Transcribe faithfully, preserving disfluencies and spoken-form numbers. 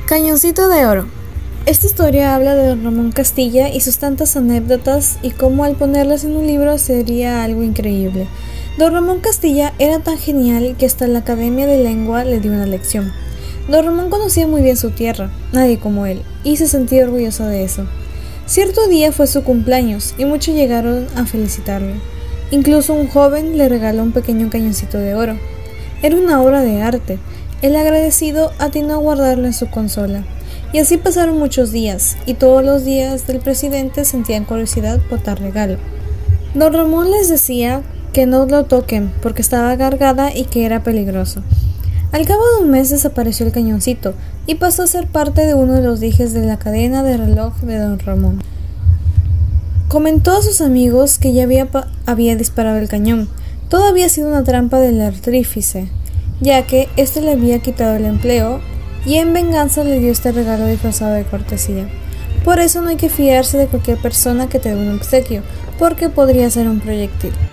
Cañoncito de oro. Esta historia habla de don Ramón Castilla y sus tantas anécdotas y cómo al ponerlas en un libro sería algo increíble. Don Ramón Castilla era tan genial que hasta la Academia de Lengua le dio una lección. Don Ramón conocía muy bien su tierra, nadie como él, y se sentía orgulloso de eso. Cierto día fue su cumpleaños y muchos llegaron a felicitarlo. Incluso un joven le regaló un pequeño cañoncito de oro. Era una obra de arte. El agradecido atinó a guardarlo en su consola. Y así pasaron muchos días, y todos los días del presidente sentían curiosidad por tal regalo. Don Ramón les decía que no lo toquen porque estaba cargada y que era peligroso. Al cabo de un mes desapareció el cañoncito y pasó a ser parte de uno de los dijes de la cadena de reloj de don Ramón. Comentó a sus amigos que ya había, había disparado el cañón. Todo había sido una trampa del artífice, ya que éste le había quitado el empleo y en venganza le dio este regalo disfrazado de cortesía. Por eso no hay que fiarse de cualquier persona que te dé un obsequio, porque podría ser un proyectil.